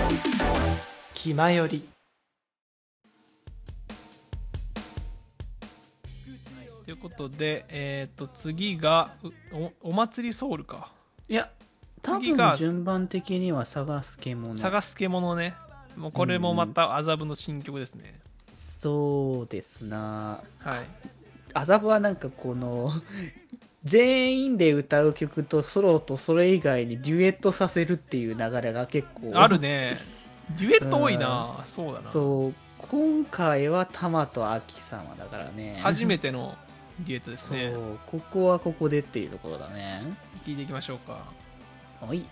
気まより。 ということで、次がお祭りソウルか。 いや、多次が分順番的には探す獣。 探す獣ね。もうこれもまた麻布の新曲ですね。 そうですな。 はい。 麻布はなんかこの全員で歌う曲とソロとそれ以外にデュエットさせるっていう流れが結構あるね。デュエット多いな。そうだな。 そう今回はタマとアキ様だからね。 初めてのデュエットですね。 そうここはここでっていうところだね。 聞いていきましょうか。 はい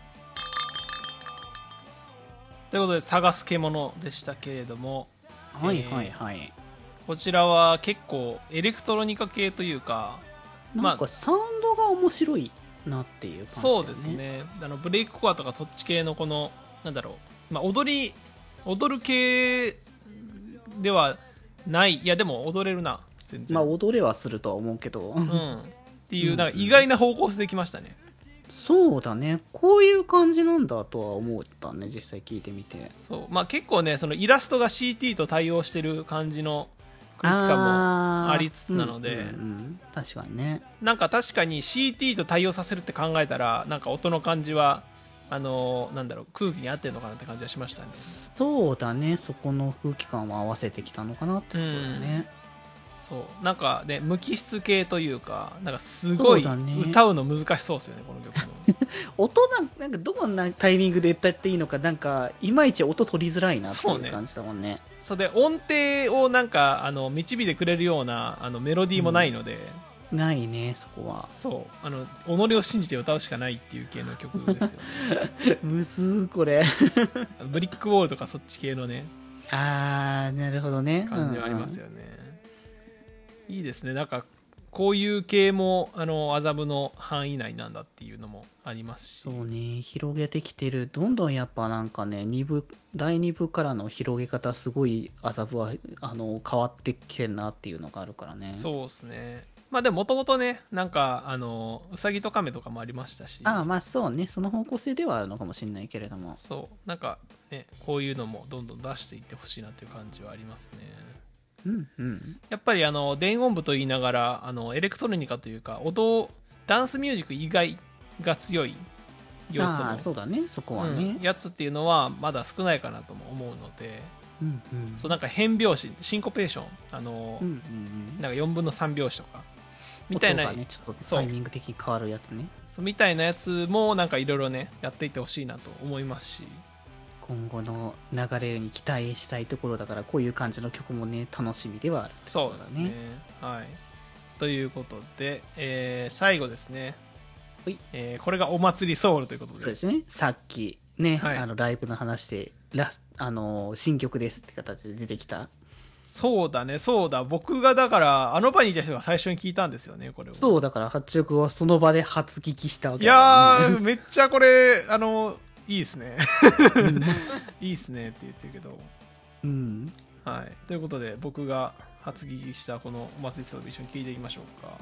ということで探す獣でしたけれども、 はいはいはい、 こちらは結構エレクトロニカ系というか、 なんかサウンドが面白いなっていう感じだよね。 そうですね。ブレイクコアとかそっち系のこのなんだろう、踊る系ではない。いやでも踊れるな全然。 踊れはするとは思うけど、 っていうなんか意外な方向性できましたね。 そうだね、こういう感じなんだとは思ったね、実際聞いてみて。 そう結構ね、そのイラストが CT と対応してる感じの空気感もありつつなので、 確かにね。 なんか確かに CT と対応させるって考えたら、なんか音の感じはなんだろう、空気に合ってるのかなって感じはしましたね。 そうだね、そこの空気感を合わせてきたのかなってところだね。 そうなんかね、無機質系というか、なんかすごい歌うの難しそうですよね、この曲も。 音なんかどんなタイミングで歌っていいのか、なんかいまいち音取りづらいなっていう感じだもんね。 それで音程をなんか導いてくれるようなメロディーもないので、 ないね、そこは。 そう己を信じて歌うしかないっていう系の曲ですよね。 むずーこれブリックウォールとかそっち系のね、 なるほどね、 感じはありますよね。いいですね。なんかこういう系も麻布の範囲内なんだっていうのもありますし。 そうね、広げてきてる。どんどんやっぱなんかね、第2部からの広げ方すごい麻布は変わってきてるなっていうのがあるからね。 そうですね。でももともとね、なんかうさぎと亀とかもありましたし。 そうね、その方向性ではあるのかもしれないけれども、 そうなんかね、こういうのもどんどん出していってほしいなっていう感じはありますね。やっぱり電音部と言いながらエレクトロニカというかダンスミュージック以外が強い要素のそうだね、そこはね、 やつっていうのはまだ少ないかなとも思うので、そうなんか変拍子シンコペーションなんか4分の3拍子とかみたいな、 音がねちょっとタイミング的に変わるやつね。 そうみたいなやつもなんかいろいろねやっていってほしいなと思いますし、 今後の流れに期待したいところだから、こういう感じの曲もね楽しみではあるってことだね。 そうですね。はい。ということで、最後ですね。これがお祭りソウルということで。 そうですね。さっきね、 はい、 ライブの話で新曲ですって形で出てきた。 そうだね、そうだ。僕がだからあの場にいた人が最初に聞いたんですよね、これを。 そうだから、八直はその場で初聞きしたわけいだからね。 やー、めっちゃこれいいですね。いいっすねって言ってるけど。はい。ということで僕が初聞きしたこのお祭りソウル一緒に聞いていきましょうか。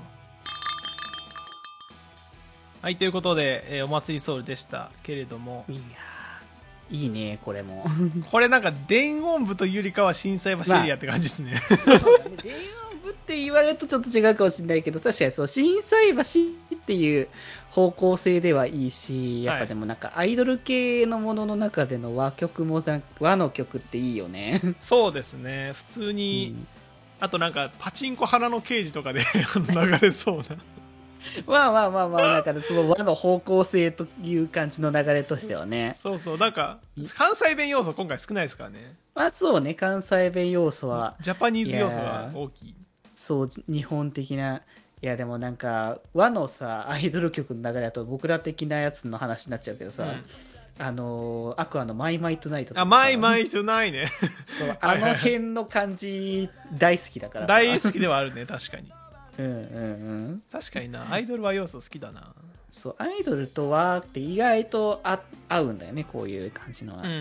はい、ということで、お祭りソウルでしたけれども、 いやいいね、これも。 これなんか電音部というよりかは心斎橋エリアって感じですね。 電音部って言われるとちょっと違うかもしれないけど、確かにそう心斎橋っていう方向性ではいいし、やっぱでもなんかアイドル系のものの中での和曲も和の曲っていいよね。 そうですね、普通に、あとなんかパチンコ花の刑事とかで流れそうな。 なんかその和の方向性という感じの流れとしてはね。 そうなんか関西弁要素今回少ないですからね。 そうね、関西弁要素はジャパニーズ要素が大きい。 そう日本的な。いやでもなんか和のさアイドル曲の流れだと僕ら的なやつの話になっちゃうけどさ、アクアのマイマイトゥナイトとかさ、 マイマイトゥナイね。 そう辺の感じ大好きだからさ。 大好きではあるね、確かに。 確かにな、アイドルは要素好きだな。 そうアイドルと和って意外と合うんだよね、こういう感じのは。だ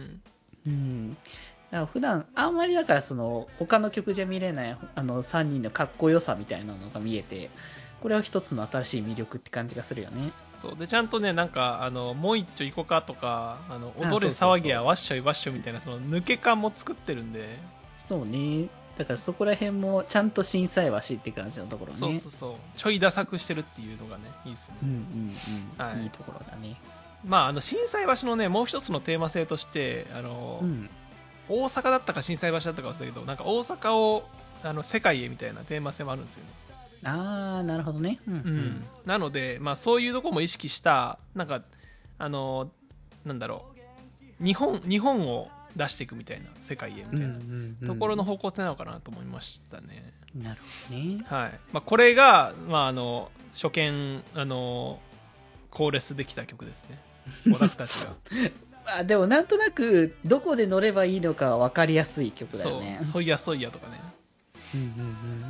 から普段あんまりだからその他の曲じゃ見れない3人のかっこよさみたいなのが見えて、 これは一つの新しい魅力って感じがするよね。 そうでちゃんとねなんかもう一丁行こうかとか踊れ騒ぎやわっしょいわっしょみたいなその抜け感も作ってるんで。 そうね、だからそこら辺もちゃんと心斎橋って感じのところね。 そうそうそう、ちょいダサくしてるっていうのがねいいですね。 うんうんうん、はい、いいところだね。 まあ心斎橋のねもう一つのテーマ性としてうん、大阪だったか心斎橋だったか忘れたけどなんか大阪を世界へみたいなテーマ性もあるんですよね。 ああなるほどね、うんうん、 なので、まあ、そういうところも意識したなんかなんだろう日本を出していくみたいな世界へみたいなところの方向性なのかなと思いましたね。 なるほどね、 はいまあ、これが、まあ、初見コーレスできた曲ですねオタクたちがあでもなんとなくどこで乗ればいいのか分かりやすい曲だよね。 そうそいやそいやとかね、 うんうんうん、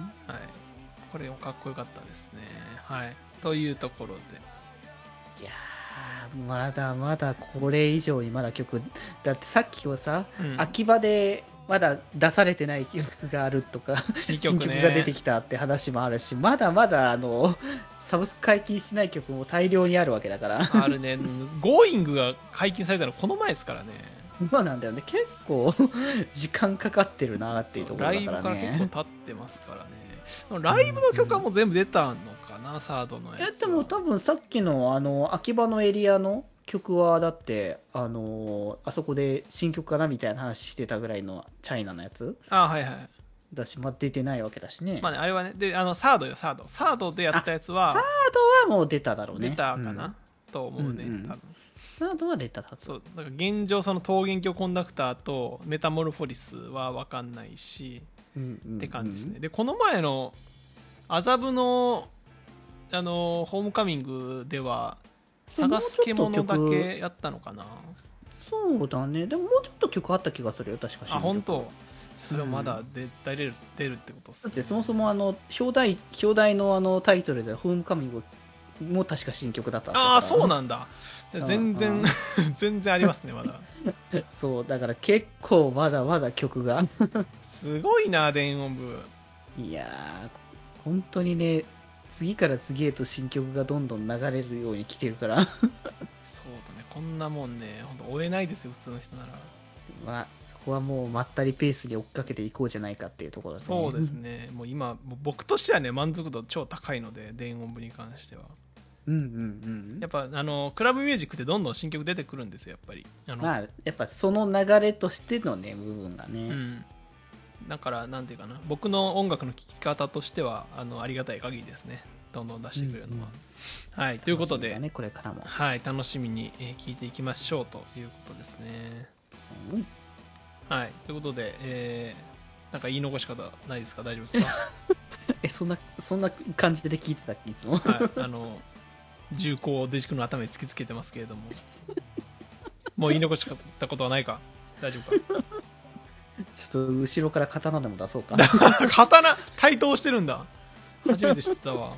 はい、これもかっこよかったですね。はいというところでいやまだまだこれ以上にまだ曲だってさっきはさ、秋葉でまだ出されてない曲があるとか、2曲、ね、新曲が出てきたって話もあるしまだまだサブスク解禁してない曲も大量にあるわけだからあるねGoing が解禁されたのこの前ですからね。 今なんだよね結構時間かかってるなっていうところだからね。 ライブから結構経ってますからね。ライブの曲はもう全部出たのかな、サードのやつ。 でも多分さっきの秋葉のエリアの曲はだってあそこで新曲かなみたいな話してたぐらいのチャイナのやつはいはいだし、まあ、出てないわけだしね。 まあねあれはねでサードでやったやつはサードはもう出ただろうね。 出たかな、と思うね、多分サードは出たはず。 そうだから現状その桃源郷コンダクターとメタモルフォリスは分かんないし、って感じですね。でこの前の麻布のホームカミングでは探す獣だけやったのかな。 そうだね。でももうちょっと曲あった気がするよ確か。 あ本当。それはまだ出るってことっすね。 だってそもそも表題のタイトルでホームカミングも確か新曲だった。 ああそうなんだ。全然全然ありますねまだそうだから結構まだまだ曲がすごいな電音部。 いやー本当にね次から次へと新曲がどんどん流れるように来てるからそうだねこんなもんね本当追えないですよ普通の人なら。 まあそこはもうまったりペースに追っかけていこうじゃないかっていうところですね。 そうですねもう今僕としてはね満足度超高いので電音部に関してはやっぱクラブミュージックってどんどん新曲出てくるんですよやっぱりまあやっぱその流れとしてのね部分がね、 だからなんていうかな僕の音楽の聴き方としてはありがたい限りですねどんどん出してくれるのは、はいということで、 ね、これからもはい楽しみに聴いていきましょうということですね、はいということで、なんか言い残し方ないですか大丈夫ですかそんな感じで聞いてたっけいつもはい銃口をデジ君の頭に突きつけてますけれどももう言い残したことはないか大丈夫かちょっと後ろから刀でも出そうか刀対等してるんだ初めて知ったわ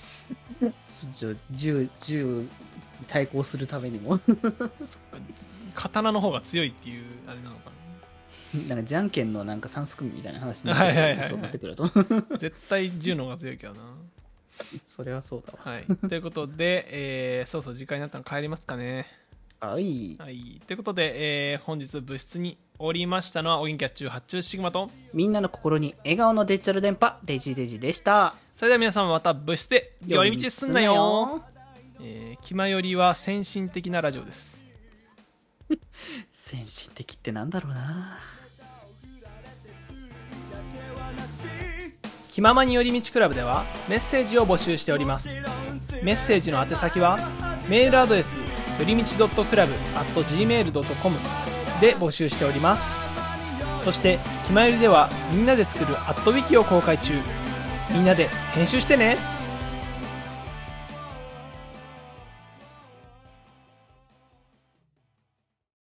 銃に対抗するためにも刀の方が強いっていうあれなのかな。なんかじゃんけんのなんか3すくみみたいな話になってくると絶対銃の方が強いけどなそれはそうだわ、 はい、ということで、そう時間になったの帰りますかね。 はい、 ということで、本日部室におりましたのはお元気発注発注シグマとみんなの心に笑顔のデジタル電波デジデジでした。 それでは皆さんまた部室で寄り道進んだよ。気まよりは先進的なラジオです先進的ってなんだろうな。 気ままに寄り道クラブではメッセージを募集しております。メッセージの宛先はメールアドレスよりみち .club@gmail.com で募集しております。そして気まよりではみんなで作るアットウィキを公開中。みんなで編集してね。